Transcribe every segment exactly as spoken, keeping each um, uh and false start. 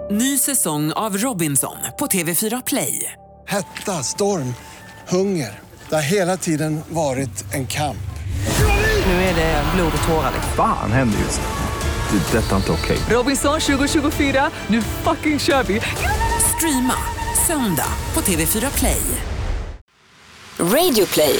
Ny säsong av Robinson på T V fyra Play. Hetta, storm, hunger. Det har hela tiden varit en kamp. Nu är det blod och tårar. Fan händer just det. Det är detta inte okej. Robinson tjugo tjugofyra, nu fucking kör vi. Streama söndag på T V fyra Play. Radio Play.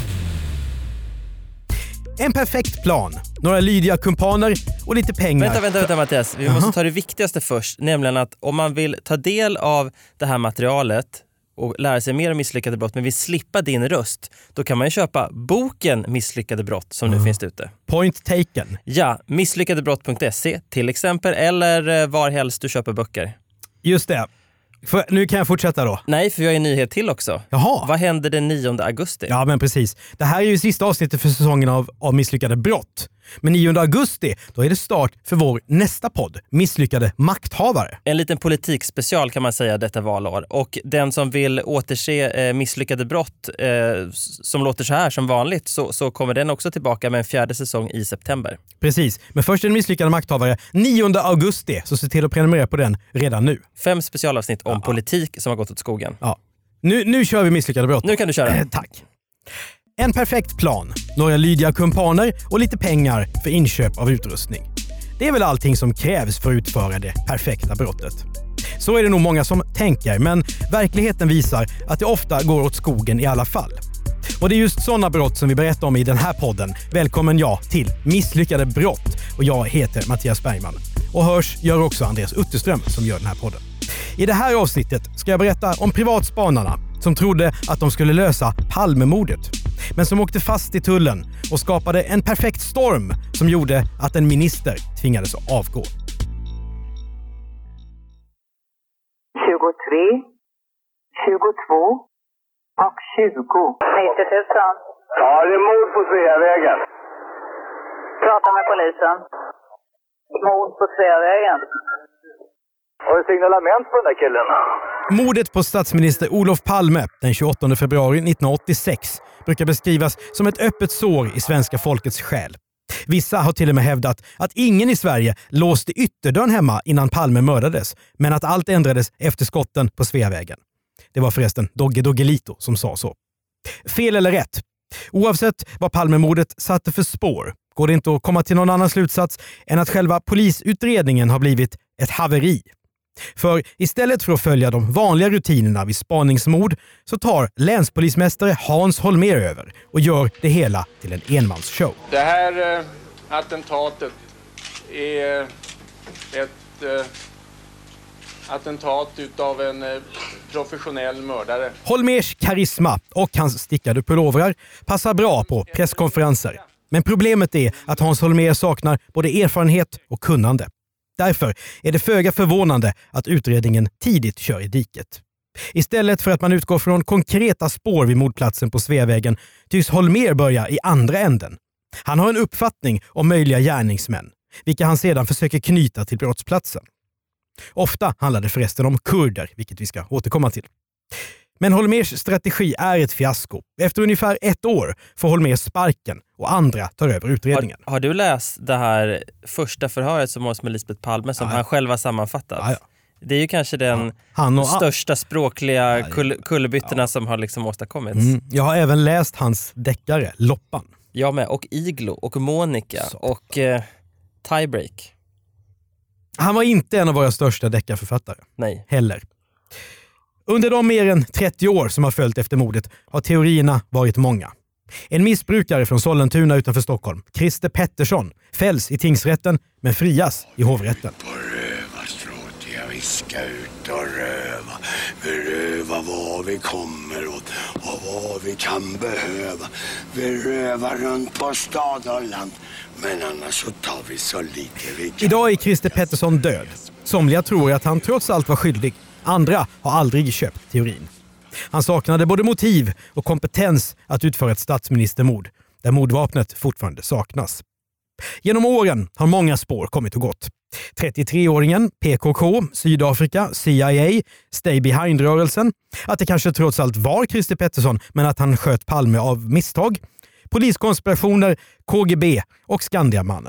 En perfekt plan, några lydiga kumpaner och lite pengar. Vänta, vänta, vänta Mattias. Vi måste ta det viktigaste först. Nämligen att om man vill ta del av det här materialet och lära sig mer om misslyckade brott men vill slippa din röst, då kan man ju köpa boken Misslyckade brott som nu finns ute. Point taken. Ja, misslyckadebrott punkt se till exempel, eller var helst du köper böcker. Just det. För, nu kan jag fortsätta då. Nej, för jag har en nyhet till också. Jaha. Vad händer den nionde augusti? Ja, men precis. Det här är ju sista avsnittet för säsongen av, av Misslyckade brott. Men nionde augusti, då är det start för vår nästa podd, Misslyckade makthavare. En liten politikspecial kan man säga detta valår. Och den som vill återse eh, Misslyckade brott eh, som låter så här som vanligt, så, så kommer den också tillbaka med en fjärde säsong i september. Precis, men först en Misslyckade makthavare nionde augusti, så se till att prenumerera på den redan nu. Fem specialavsnitt om Ja. politik som har gått åt skogen. Ja. Nu, nu kör vi Misslyckade brott. Nu kan du köra. Eh, tack. En perfekt plan, några lydiga kumpaner och lite pengar för inköp av utrustning. Det är väl allting som krävs för att utföra det perfekta brottet. Så är det nog många som tänker, men verkligheten visar att det ofta går åt skogen i alla fall. Och det är just sådana brott som vi berättar om i den här podden. Välkommen jag till Misslyckade brott, och jag heter Mattias Bergman. Och hörs gör också Andreas Utterström som gör den här podden. I det här avsnittet ska jag berätta om privatspanarna som trodde att de skulle lösa Palmemordet, men som åkte fast i tullen och skapade en perfekt storm som gjorde att en minister tvingades avgå. tjugotre, tjugotvå och tjugo. nittio tusen. Ja, det är mord på Sveavägen. Prata med polisen. Mord på Sveavägen. Har du signalement på den där killen? Mordet på statsminister Olof Palme den tjugoåttonde februari nittonhundraåttiosex brukar beskrivas som ett öppet sår i svenska folkets själ. Vissa har till och med hävdat att ingen i Sverige låste ytterdörren hemma innan Palme mördades, men att allt ändrades efter skotten på Sveavägen. Det var förresten Dogge Doggelito som sa så. Fel eller rätt? Oavsett vad Palmemordet satte för spår går det inte att komma till någon annan slutsats än att själva polisutredningen har blivit ett haveri. För istället för att följa de vanliga rutinerna vid spaningsmord så tar länspolismästare Hans Holmér över och gör det hela till en enmansshow. Det här eh, attentatet är ett eh, attentat utav en eh, professionell mördare. Holmérs karisma och hans stickade pullovrar passar bra på presskonferenser. Men problemet är att Hans Holmér saknar både erfarenhet och kunnande. Därför är det föga förvånande att utredningen tidigt kör i diket. Istället för att man utgår från konkreta spår vid mordplatsen på Sveavägen tycks Holmér börja i andra änden. Han har en uppfattning om möjliga gärningsmän, vilka han sedan försöker knyta till brottsplatsen. Ofta handlar det förresten om kurder, vilket vi ska återkomma till. Men Holmérs strategi är ett fiasko. Efter ungefär ett år får Holmér sparken och andra tar över utredningen. Har, har du läst det här första förhöret som var med Lisbeth Palme som ja. han själv har sammanfattat? Ja, ja. Det är ju kanske den ja. han och, största språkliga ja, kull, kullerbyttorna ja. som har liksom åstadkommits. Mm. Jag har även läst hans deckare, Loppan. Jag med, och Iglo och Monica så. och eh, Tiebreak. Han var inte en av våra största deckarförfattare. Nej. Heller. Under de mer än trettio år som har följt efter mordet har teorierna varit många. En missbrukare från Sollentuna utanför Stockholm, Christer Pettersson, fälls i tingsrätten men frias i hovrätten. På rövarstråt, jag vi ska ut och röva. Vi rövar vad vi kommer åt och vad vi kan behöva. Vi rövar runt på stad och land, men annars så tar vi så lite vi kan. Idag är Christer Pettersson död. Somliga tror att han trots allt var skyldig. Andra har aldrig köpt teorin. Han saknade både motiv och kompetens att utföra ett statsministermord, där mordvapnet fortfarande saknas. Genom åren har många spår kommit och gått. trettiotre-åringen, P K K, Sydafrika, C I A, Stay Behind-rörelsen. Att det kanske trots allt var Christer Pettersson, men att han sköt Palme av misstag. Poliskonspirationer, K G B och Skandiamannen.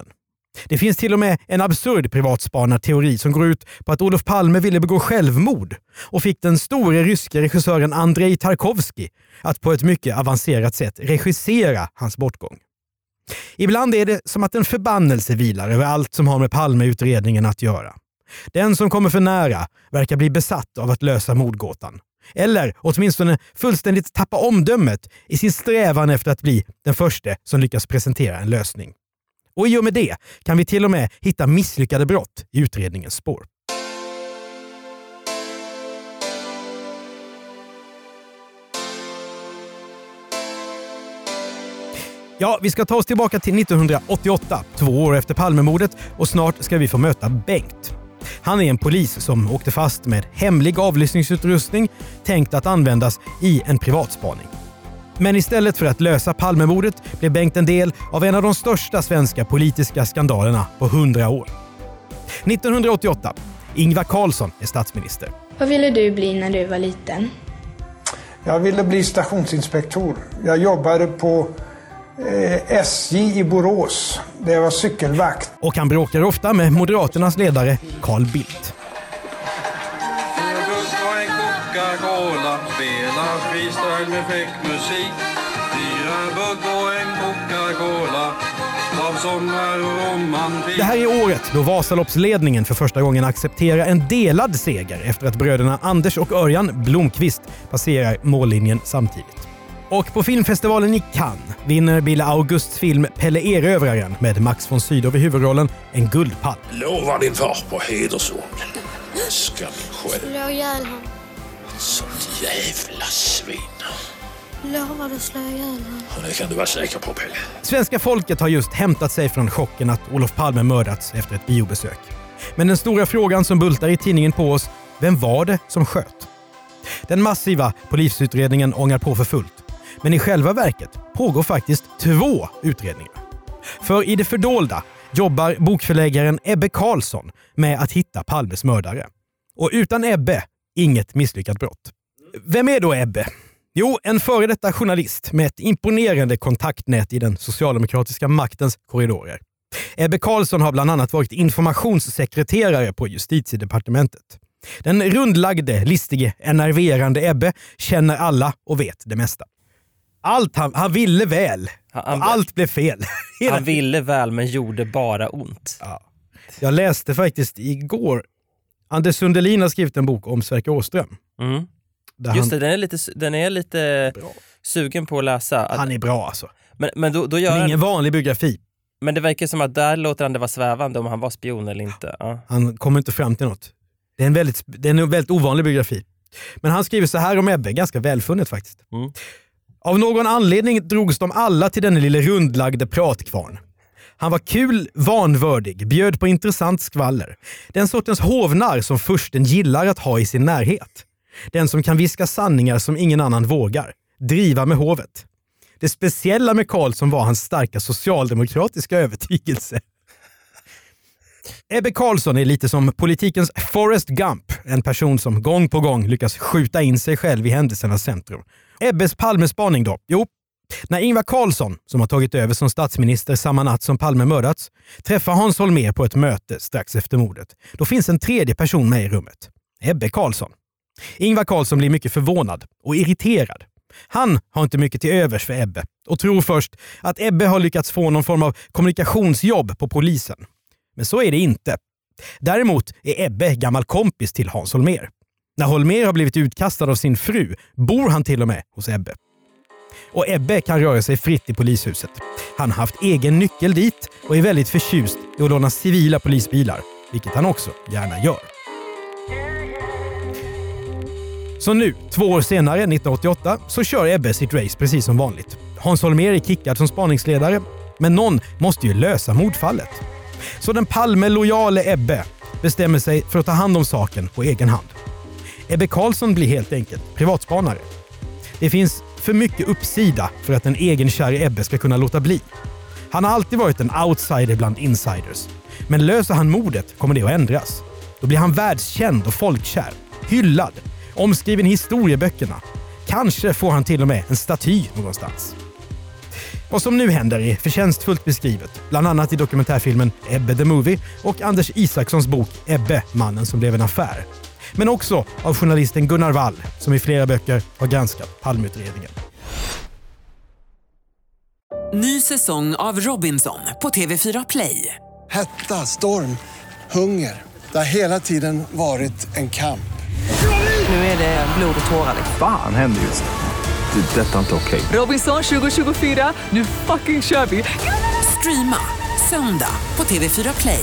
Det finns till och med en absurd privatspanarteori som går ut på att Olof Palme ville begå självmord och fick den store ryska regissören Andrei Tarkovsky att på ett mycket avancerat sätt regissera hans bortgång. Ibland är det som att en förbannelse vilar över allt som har med Palmeutredningen att göra. Den som kommer för nära verkar bli besatt av att lösa mordgåtan. Eller åtminstone fullständigt tappa omdömet i sin strävan efter att bli den första som lyckas presentera en lösning. Och i och med det kan vi till och med hitta misslyckade brott i utredningens spår. Ja, vi ska ta oss tillbaka till nittonhundraåttioåtta, två år efter Palmemordet, och snart ska vi få möta Bengt. Han är en polis som åkte fast med hemlig avlyssningsutrustning tänkt att användas i en privatspaning. Men istället för att lösa Palmemordet blev Bengt en del av en av de största svenska politiska skandalerna på hundra år. nittonhundraåttioåtta. Ingvar Carlsson är statsminister. Vad ville du bli när du var liten? Jag ville bli stationsinspektor. Jag jobbade på eh, S J i Borås. Där jag var cykelvakt. Och han bråkar ofta med Moderaternas ledare Carl Bildt. Coca-Cola, spela freestyle med fräck musik. Fyra bugg och en Coca-Cola av sommar och romantik. Det här är året då Vasaloppsledningen för första gången accepterar en delad seger efter att bröderna Anders och Örjan Blomqvist passerar mållinjen samtidigt. Och på filmfestivalen i Cannes vinner Bille Augusts film Pelle Erövraren med Max von Sydow i huvudrollen en guldpall. Lovar din far på hedersord. Ska bli själv. Slå ihjäl honom. Sånt jävla svin. Lovar du slå ihjäl honom? Och det kan du vara säker på, Pelle. Svenska folket har just hämtat sig från chocken att Olof Palme mördats efter ett biobesök. Men den stora frågan som bultar i tidningen på oss, vem var det som sköt? Den massiva polisutredningen ångar på för fullt. Men i själva verket pågår faktiskt två utredningar. För i det fördolda jobbar bokförläggaren Ebbe Carlsson med att hitta Palmes mördare. Och utan Ebbe, inget misslyckat brott. Vem är då Ebbe? Jo, en före detta journalist med ett imponerande kontaktnät i den socialdemokratiska maktens korridorer. Ebbe Carlsson har bland annat varit informationssekreterare på Justitiedepartementet. Den rundlagde, listige, enerverande Ebbe känner alla och vet det mesta. Allt han, han ville väl. Han, allt blev fel. Han ville väl men gjorde bara ont. Ja. Jag läste faktiskt igår. Anders Sundelin har skrivit en bok om Sverker Åström. Mm. Just han... det, den är lite, den är lite sugen på att läsa. Att... Han är bra alltså. Men, men då, då gör han... ingen han... vanlig biografi. Men det verkar som att där låter han det vara svävande om han var spion eller inte. Ja. Han kommer inte fram till något. Det är en väldigt, det är en väldigt ovanlig biografi. Men han skriver så här om Ebbe, ganska välfunnet faktiskt. Mm. Av någon anledning drogs de alla till den lille rundlagde pratkvarn. Han var kul, vanvördig, bjöd på intressant skvaller. Den sortens hovnar som försten gillar att ha i sin närhet. Den som kan viska sanningar som ingen annan vågar. Driva med hovet. Det speciella med Carlsson var hans starka socialdemokratiska övertygelse. Ebbe Carlsson är lite som politikens Forrest Gump. En person som gång på gång lyckas skjuta in sig själv i händelsernas centrum. Ebbes Palmespaning då? Jo, när Ingvar Carlsson, som har tagit över som statsminister samma natt som Palme mördats, träffar Hans Holmér på ett möte strax efter mordet. Då finns en tredje person med i rummet. Ebbe Carlsson. Ingvar Carlsson blir mycket förvånad och irriterad. Han har inte mycket till övers för Ebbe och tror först att Ebbe har lyckats få någon form av kommunikationsjobb på polisen. Men så är det inte. Däremot är Ebbe gammal kompis till Hans Holmér. När Holmér har blivit utkastad av sin fru bor han till och med hos Ebbe. Och Ebbe kan röra sig fritt i polishuset. Han har haft egen nyckel dit och är väldigt förtjust i att låna civila polisbilar, vilket han också gärna gör. Så nu, två år senare, nittonhundraåttioåtta, så kör Ebbe sitt race precis som vanligt. Hans Holmér är kickad som spaningsledare, men någon måste ju lösa mordfallet. Så den Palme-lojale Ebbe bestämmer sig för att ta hand om saken på egen hand. Ebbe Carlsson blir helt enkelt privatspanare. Det finns för mycket uppsida för att en egenkär Ebbe ska kunna låta bli. Han har alltid varit en outsider bland insiders. Men löser han mordet kommer det att ändras. Då blir han världskänd och folkkär. Hyllad. Omskriven i historieböckerna. Kanske får han till och med en staty någonstans. Vad som nu händer är förtjänstfullt beskrivet, bland annat i dokumentärfilmen Ebbe the Movie och Anders Isakssons bok Ebbe, mannen som blev en affär. Men också av journalisten Gunnar Wall som i flera böcker har granskat Palmeutredningen. Ny säsong av Robinson på T V fyra Play. Hetta, storm, hunger. Det har hela tiden varit en kamp. Nu är det blod och tårar. Fan händer just det. Det är detta inte okej. Robinson tjugo tjugofyra, nu fucking kör vi. Streama söndag på T V fyra Play.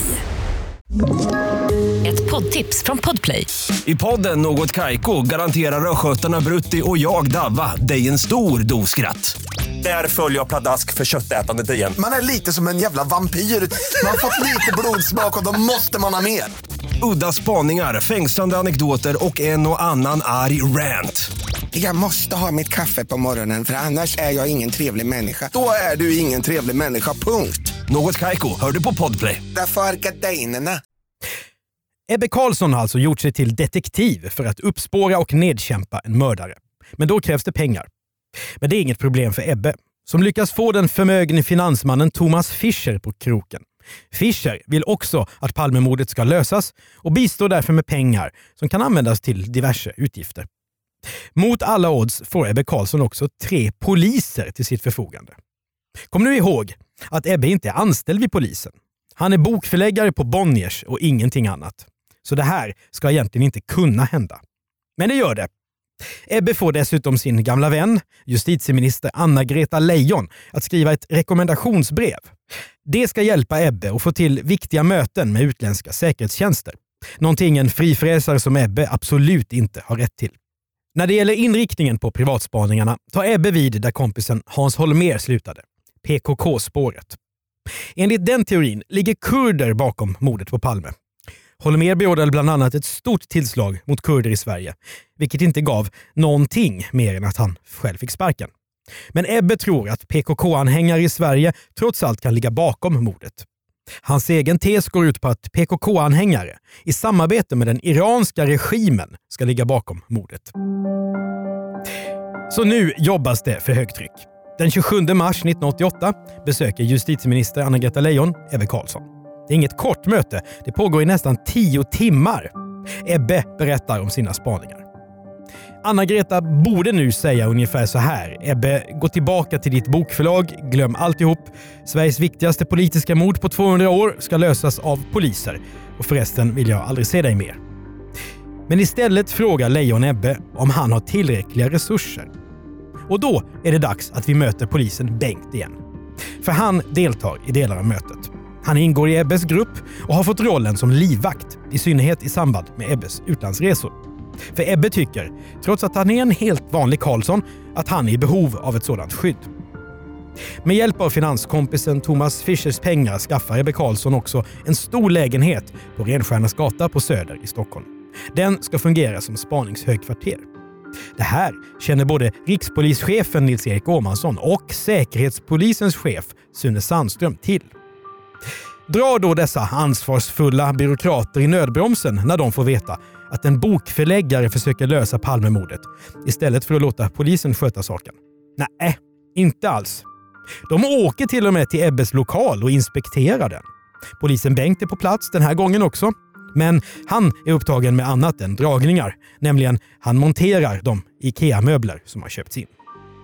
Ett poddtips från Podplay. I podden Något Kaiko garanterar östgötarna Brutti och jag Davva dig en stor doskratt. Där följer jag pladask för köttätandet igen. Man är lite som en jävla vampyr. Man har fått lite blodsmak och då måste man ha mer. Udda spaningar, fängslande anekdoter och en och annan arg rant. Jag måste ha mitt kaffe på morgonen för annars är jag ingen trevlig människa. Då är du ingen trevlig människa, punkt. Något Kaiko, hör du på Podplay. Därför är gardinerna. Ebbe Carlsson har alltså gjort sig till detektiv för att uppspåra och nedkämpa en mördare. Men då krävs det pengar. Men det är inget problem för Ebbe, som lyckas få den förmögne finansmannen Thomas Fischer på kroken. Fischer vill också att Palmemordet ska lösas och bistår därför med pengar som kan användas till diverse utgifter. Mot alla odds får Ebbe Carlsson också tre poliser till sitt förfogande. Kom nu ihåg att Ebbe inte är anställd vid polisen. Han är bokförläggare på Bonniers och ingenting annat. Så det här ska egentligen inte kunna hända. Men det gör det. Ebbe får dessutom sin gamla vän, justitieminister Anna-Greta Leijon, att skriva ett rekommendationsbrev. Det ska hjälpa Ebbe att få till viktiga möten med utländska säkerhetstjänster. Någonting en frifräsare som Ebbe absolut inte har rätt till. När det gäller inriktningen på privatspaningarna tar Ebbe vid där kompisen Hans Holmér slutade. P K K-spåret. Enligt den teorin ligger kurder bakom mordet på Palme. Holmér beordrade bland annat ett stort tillslag mot kurder i Sverige, vilket inte gav någonting mer än att han själv fick sparken. Men Ebbe tror att P K K-anhängare i Sverige trots allt kan ligga bakom mordet. Hans egen tes går ut på att P K K-anhängare i samarbete med den iranska regimen ska ligga bakom mordet. Så nu jobbas det för högtryck. Den tjugosjunde mars nittonhundraåttioåtta besöker justitieminister Anna-Greta Leijon Ebbe Carlsson. Det är inget kort möte, det pågår i nästan tio timmar. Ebbe berättar om sina spaningar. Anna-Greta borde nu säga ungefär så här: Ebbe, gå tillbaka till ditt bokförlag, glöm alltihop. Sveriges viktigaste politiska mord på tvåhundra år ska lösas av poliser. Och förresten vill jag aldrig se dig mer. Men istället frågar Leijon Ebbe om han har tillräckliga resurser. Och då är det dags att vi möter polisen Bengt igen. För han deltar i delar av mötet. Han ingår i Ebbes grupp och har fått rollen som livvakt, i synnerhet i samband med Ebbes utlandsresor. För Ebbe tycker, trots att han är en helt vanlig Karlsson, att han är i behov av ett sådant skydd. Med hjälp av finanskompisen Thomas Fischers pengar skaffar Ebbe Carlsson också en stor lägenhet på Renstjärnas gata på Söder i Stockholm. Den ska fungera som spaningshögkvarter. Det här känner både rikspolischefen Nils-Erik Åhmansson och säkerhetspolisens chef Sune Sandström till. Drar då dessa ansvarsfulla byråkrater i nödbromsen när de får veta att en bokförläggare försöker lösa Palmemordet istället för att låta polisen sköta saken? Nej, inte alls. De åker till och med till Ebbes lokal och inspekterar den. Polisen Bengt är på plats den här gången också. Men han är upptagen med annat än dragningar, nämligen han monterar de IKEA-möbler som har köpts in.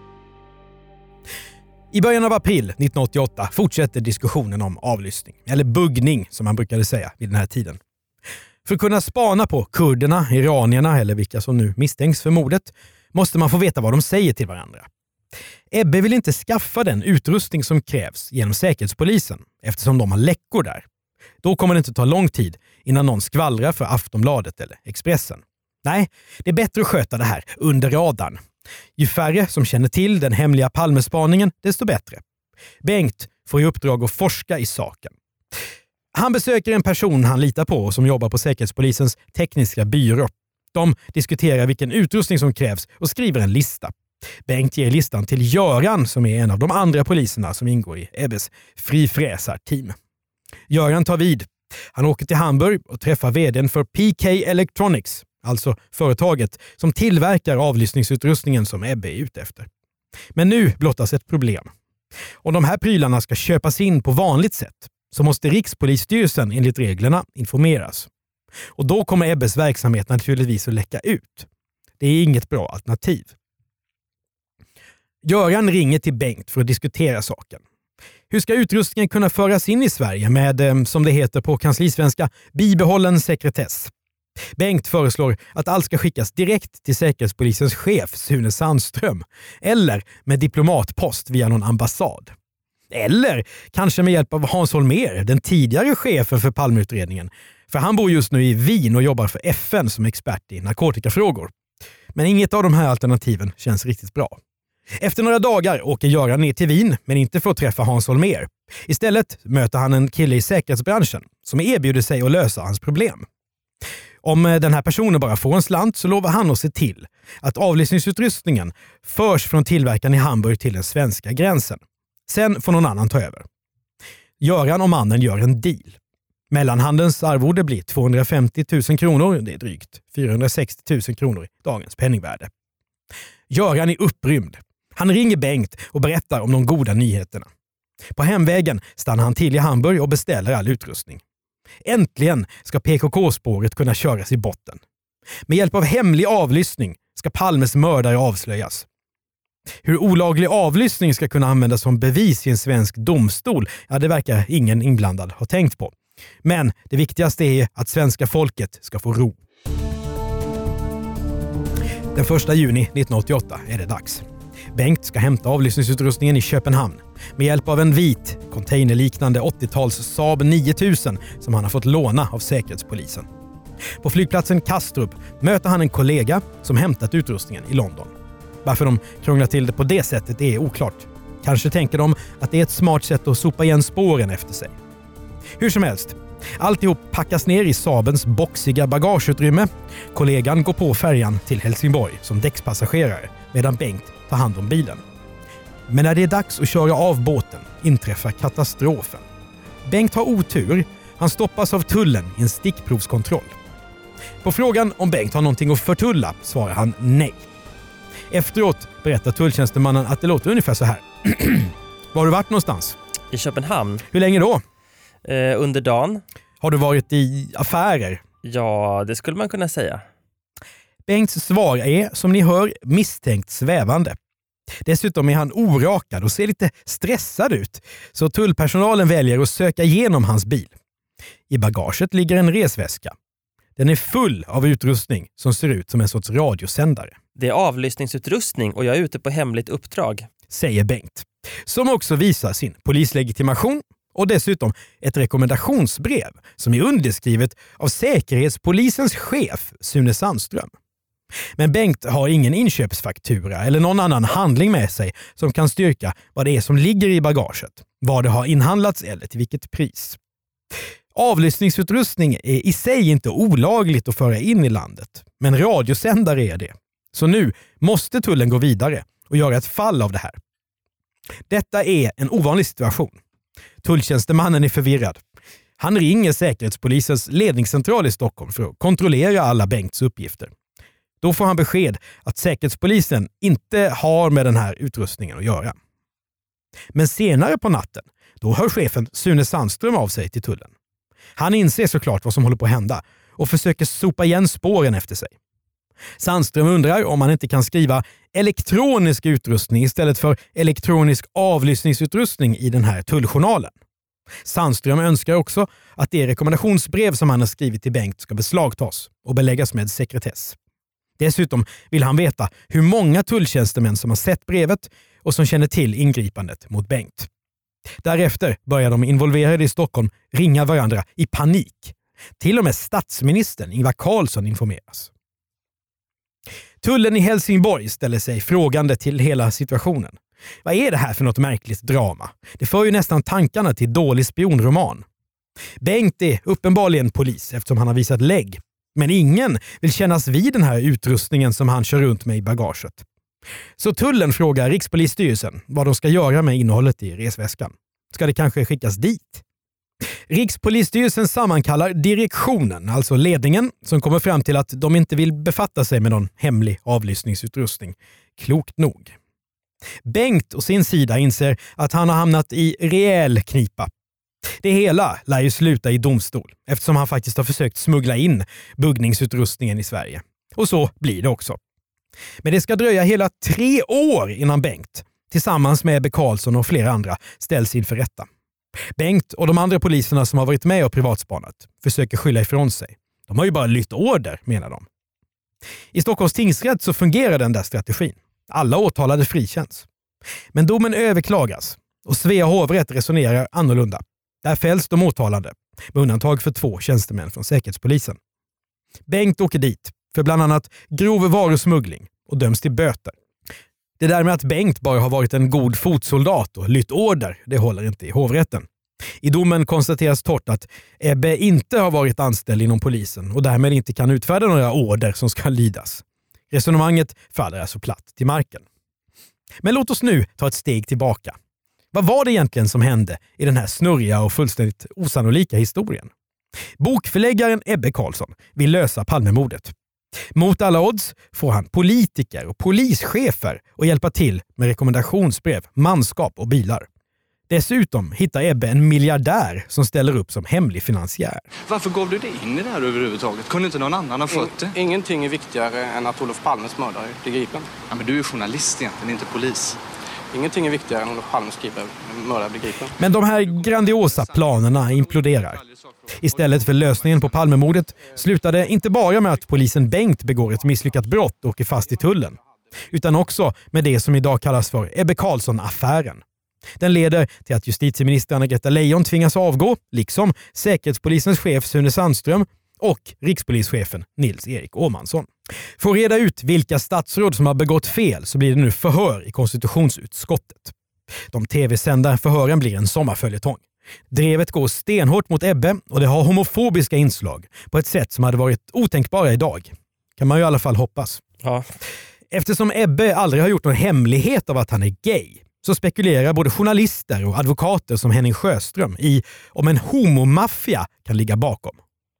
I början av april nittonhundraåttioåtta fortsätter diskussionen om avlyssning, eller buggning som man brukade säga vid den här tiden. För att kunna spana på kurderna, iranierna eller vilka som nu misstänks för mordet måste man få veta vad de säger till varandra. Ebbe vill inte skaffa den utrustning som krävs genom säkerhetspolisen eftersom de har läckor där. Då kommer det inte ta lång tid innan någon skvallrar för Aftonbladet eller Expressen. Nej, det är bättre att sköta det här under radarn. Ju färre som känner till den hemliga Palmespaningen, desto bättre. Bengt får i uppdrag att forska i saken. Han besöker en person han litar på som jobbar på Säkerhetspolisens tekniska byrå. De diskuterar vilken utrustning som krävs och skriver en lista. Bengt ger listan till Göran som är en av de andra poliserna som ingår i Ebbes frifräsarteam. Göran tar vid. Han åker till Hamburg och träffar vdn för P K Electronics, alltså företaget som tillverkar avlyssningsutrustningen som Ebbe är ute efter. Men nu blottas ett problem. Om de här prylarna ska köpas in på vanligt sätt så måste Rikspolisstyrelsen enligt reglerna informeras. Och då kommer Ebbes verksamhet naturligtvis att läcka ut. Det är inget bra alternativ. Göran ringer till Bengt för att diskutera saken. Hur ska utrustningen kunna föras in i Sverige med, som det heter på kanslisvenska, bibehållen sekretess? Bengt föreslår att allt ska skickas direkt till Säkerhetspolisens chef Sune Sandström eller med diplomatpost via någon ambassad. Eller kanske med hjälp av Hans Holmér, den tidigare chefen för Palmeutredningen. För han bor just nu i Wien och jobbar för F N som expert i narkotikafrågor. Men inget av de här alternativen känns riktigt bra. Efter några dagar åker Göran ner till Wien men inte för att träffa Hans Holmér. Istället möter han en kille i säkerhetsbranschen som erbjuder sig att lösa hans problem. Om den här personen bara får en slant så lovar han att se till att avlyssningsutrustningen förs från tillverkaren i Hamburg till den svenska gränsen. Sen får någon annan ta över. Göran och mannen gör en deal. Mellanhandens arvode blir tvåhundrafemtio tusen kronor, det är drygt fyrahundrasextio tusen kronor i dagens penningvärde. Göran är upprymd. Han ringer Bengt och berättar om de goda nyheterna. På hemvägen stannar han till i Hamburg och beställer all utrustning. Äntligen ska P K K-spåret kunna köras i botten. Med hjälp av hemlig avlyssning ska Palmes mördare avslöjas. Hur olaglig avlyssning ska kunna användas som bevis i en svensk domstol, ja, det verkar ingen inblandad ha tänkt på. Men det viktigaste är att svenska folket ska få ro. Den första juni nittonhundraåttioåtta är det dags. Bengt ska hämta avlyssningsutrustningen i Köpenhamn med hjälp av en vit, containerliknande åttio-tals Saab nio tusen som han har fått låna av Säkerhetspolisen. På flygplatsen Kastrup möter han en kollega som hämtat utrustningen i London. Varför de krånglar till det på det sättet är oklart. Kanske tänker de att det är ett smart sätt att sopa igen spåren efter sig. Hur som helst, alltihop packas ner i Saabens boxiga bagageutrymme. Kollegan går på färjan till Helsingborg som däckspassagerare medan Bengt tar hand om bilen. Men när det är dags att köra av båten inträffar katastrofen. Bengt har otur. Han stoppas av tullen i en stickprovskontroll. På frågan om Bengt har någonting att förtulla svarar han nej. Efteråt berättar tulltjänstemannen att det låter ungefär så här. Var har du varit någonstans? I Köpenhamn. Hur länge då? Eh, under dagen. Har du varit i affärer? Ja, det skulle man kunna säga. Bengts svar är, som ni hör, misstänkt svävande. Dessutom är han orakad och ser lite stressad ut, så tullpersonalen väljer att söka igenom hans bil. I bagaget ligger en resväska. Den är full av utrustning som ser ut som en sorts radiosändare. Det är avlyssningsutrustning och jag är ute på hemligt uppdrag, säger Bengt, som också visar sin polislegitimation och dessutom ett rekommendationsbrev som är underskrivet av Säkerhetspolisens chef Sune Sandström. Men Bengt har ingen inköpsfaktura eller någon annan handling med sig som kan styrka vad det är som ligger i bagaget, vad det har inhandlats eller till vilket pris. Avlyssningsutrustning är i sig inte olagligt att föra in i landet, men radiosändare är det. Så nu måste tullen gå vidare och göra ett fall av det här. Detta är en ovanlig situation. Tulltjänstemannen är förvirrad. Han ringer Säkerhetspolisens ledningscentral i Stockholm för att kontrollera alla Bengts uppgifter. Då får han besked att Säkerhetspolisen inte har med den här utrustningen att göra. Men senare på natten, då hör chefen Sune Sandström av sig till tullen. Han inser såklart vad som håller på att hända och försöker sopa igen spåren efter sig. Sandström undrar om man inte kan skriva elektronisk utrustning istället för elektronisk avlyssningsutrustning i den här tulljournalen. Sandström önskar också att det rekommendationsbrev som han har skrivit till Bengt ska beslagtas och beläggas med sekretess. Dessutom vill han veta hur många tulltjänstemän som har sett brevet och som känner till ingripandet mot Bengt. Därefter börjar de involverade i Stockholm ringa varandra i panik. Till och med statsministern Ingvar Carlsson informeras. Tullen i Helsingborg ställer sig frågande till hela situationen. Vad är det här för något märkligt drama? Det för ju nästan tankarna till dålig spionroman. Bengt är uppenbarligen polis eftersom han har visat lägg. Men ingen vill kännas vid den här utrustningen som han kör runt med i bagaget. Så tullen frågar Rikspolisstyrelsen vad de ska göra med innehållet i resväskan. Ska det kanske skickas dit? Rikspolisstyrelsen sammankallar direktionen, alltså ledningen, som kommer fram till att de inte vill befatta sig med någon hemlig avlyssningsutrustning. Klokt nog. Bengt och sin sida inser att han har hamnat i rejäl knipa. Det hela lär ju sluta i domstol eftersom han faktiskt har försökt smuggla in buggningsutrustningen i Sverige. Och så blir det också. Men det ska dröja hela tre år innan Bengt, tillsammans med Ebbe Carlsson och flera andra, ställs inför rätta. Bengt och de andra poliserna som har varit med och privatspanat försöker skylla ifrån sig. De har ju bara lytt order, menar de. I Stockholms tingsrätt så fungerar den där strategin. Alla åtalade frikänns. Men domen överklagas och Svea hovrätt resonerar annorlunda. Där fälls de åtalade, med undantag för två tjänstemän från Säkerhetspolisen. Bengt åker dit för bland annat grov varusmuggling och döms till böter. Det där med att Bengt bara har varit en god fotsoldat och lytt order, det håller inte i hovrätten. I domen konstateras torrt att Ebbe inte har varit anställd inom polisen och därmed inte kan utfärda några order som ska lydas. Resonemanget faller alltså platt till marken. Men låt oss nu ta ett steg tillbaka. Vad var det egentligen som hände i den här snurriga och fullständigt osannolika historien? Bokförläggaren Ebbe Carlsson vill lösa Palmemordet. Mot alla odds får han politiker och polischefer att hjälpa till med rekommendationsbrev, manskap och bilar. Dessutom hittar Ebbe en miljardär som ställer upp som hemlig finansiär. Varför gav du dig in i det här överhuvudtaget? Kunde inte någon annan ha fått det? Ingenting är viktigare än att Olof Palmes mördare blir gripen. Ja, men du är journalist egentligen, inte polis. Ingenting är viktigare än Olof Palmes mördare blir gripen. Men de här grandiosa planerna imploderar. Istället för lösningen på Palmemordet slutade inte bara med att polisen Bengt begår ett misslyckat brott och åker fast i tullen, utan också med det som idag kallas för Ebbe Carlsson-affären. Den leder till att justitieminister Anna-Greta Leijon tvingas avgå, liksom Säkerhetspolisens chef Sune Sandström och rikspolischefen Nils-Erik Åhmansson. För att reda ut vilka statsråd som har begått fel så blir det nu förhör i konstitutionsutskottet. De tv-sända förhören blir en sommarföljetong. Drevet går stenhårt mot Ebbe och det har homofobiska inslag på ett sätt som hade varit otänkbara idag. Kan man ju i alla fall hoppas. Ja. Eftersom Ebbe aldrig har gjort någon hemlighet av att han är gay så spekulerar både journalister och advokater som Henning Sjöström i om en homomaffia kan ligga bakom.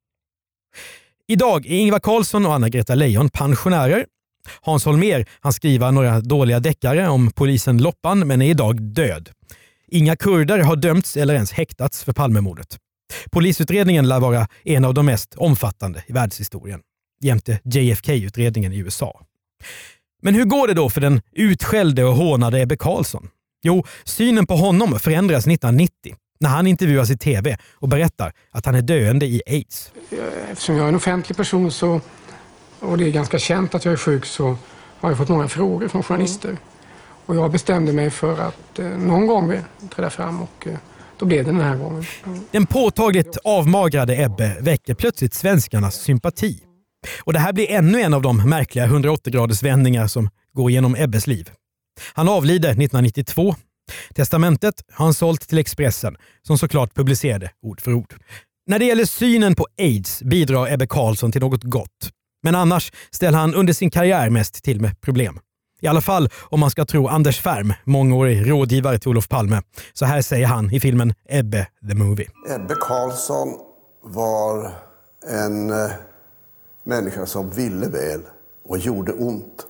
Idag är Ingvar Carlsson och Anna-Greta Leijon pensionärer. Hans Holmér, han skriver några dåliga deckare om polisen Loppan men är idag död. Inga kurder har dömts eller ens häktats för Palmemordet. Polisutredningen lär vara en av de mest omfattande i världshistorien, jämte J F K-utredningen i U S A. Men hur går det då för den utskällde och hånade Ebbe Carlsson? Jo, synen på honom förändras nittonhundranittio när han intervjuas i tv och berättar att han är döende i aids. Eftersom jag är en offentlig person så, och det är ganska känt att jag är sjuk, så har jag fått många frågor från journalister. Mm. Och jag bestämde mig för att eh, någon gång träda fram och eh, då blev det den här gången. Mm. Den påtagligt avmagrade Ebbe väcker plötsligt svenskarnas sympati. Och det här blir ännu en av de märkliga hundraåttio graders vändningar som går genom Ebbes liv. Han avlider nittonhundranittiotvå. Testamentet har han sålt till Expressen som såklart publicerade ord för ord. När det gäller synen på aids bidrar Ebbe Carlsson till något gott. Men annars ställer han under sin karriär mest till med problem. I alla fall om man ska tro Anders Färm, mångårig rådgivare till Olof Palme. Så här säger han i filmen Ebbe the Movie. Ebbe Carlsson var en eh, människa som ville väl och gjorde ont.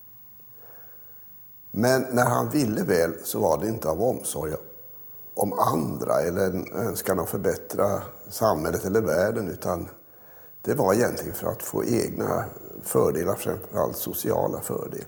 Men när han ville väl så var det inte av omsorg om andra eller en önskan att förbättra samhället eller världen, utan det var egentligen för att få egna fördelar, framförallt sociala fördelar.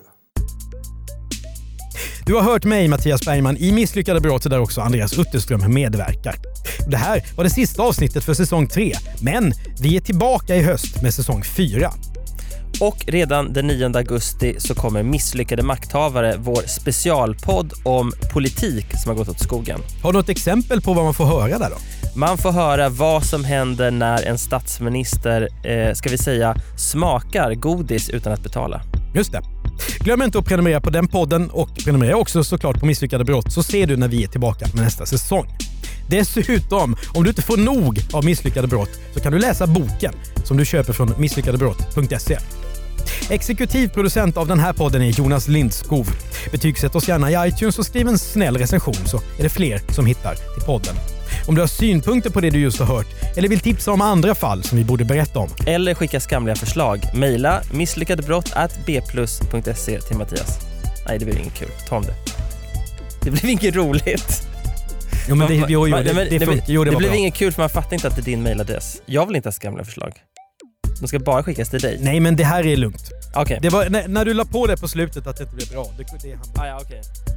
Du har hört mig, Mattias Bergman, i Misslyckade brott där också Andreas Utterström medverkar. Det här var det sista avsnittet för säsong tre, men vi är tillbaka i höst med säsong fyra. Och redan den nionde augusti så kommer Misslyckade makthavare, vår specialpodd om politik som har gått åt skogen. Har du något exempel på vad man får höra där då? Man får höra vad som händer när en statsminister, eh, ska vi säga, smakar godis utan att betala. Just det. Glöm inte att prenumerera på den podden och prenumerera också såklart på Misslyckade brott, så ser du när vi är tillbaka med nästa säsong. Dessutom, om du inte får nog av Misslyckade brott så kan du läsa boken som du köper från misslyckadebrott punkt se. Exekutiv producent av den här podden är Jonas Lindskov. Betygsätt oss gärna i iTunes och skriv en snäll recension så är det fler som hittar till podden. Om du har synpunkter på det du just har hört eller vill tipsa om andra fall som vi borde berätta om. Eller skicka skamliga förslag. Maila misslyckadebrott at b plus punkt se till Mattias. Nej, det blir inget kul. Ta om det. Det blev inget roligt. Jo, men det, jo, jo, det, det, det, det, funkar. Jo, det, det var blev bra. inget kul för man fattar inte att det är din mailadress. Jag vill inte ha skamliga förslag. De ska bara skickas till dig. Nej, men det här är lugnt. Okay. Det var när, när du la på det på slutet att det inte blev bra. Det, det ah, ja, okej. Okay.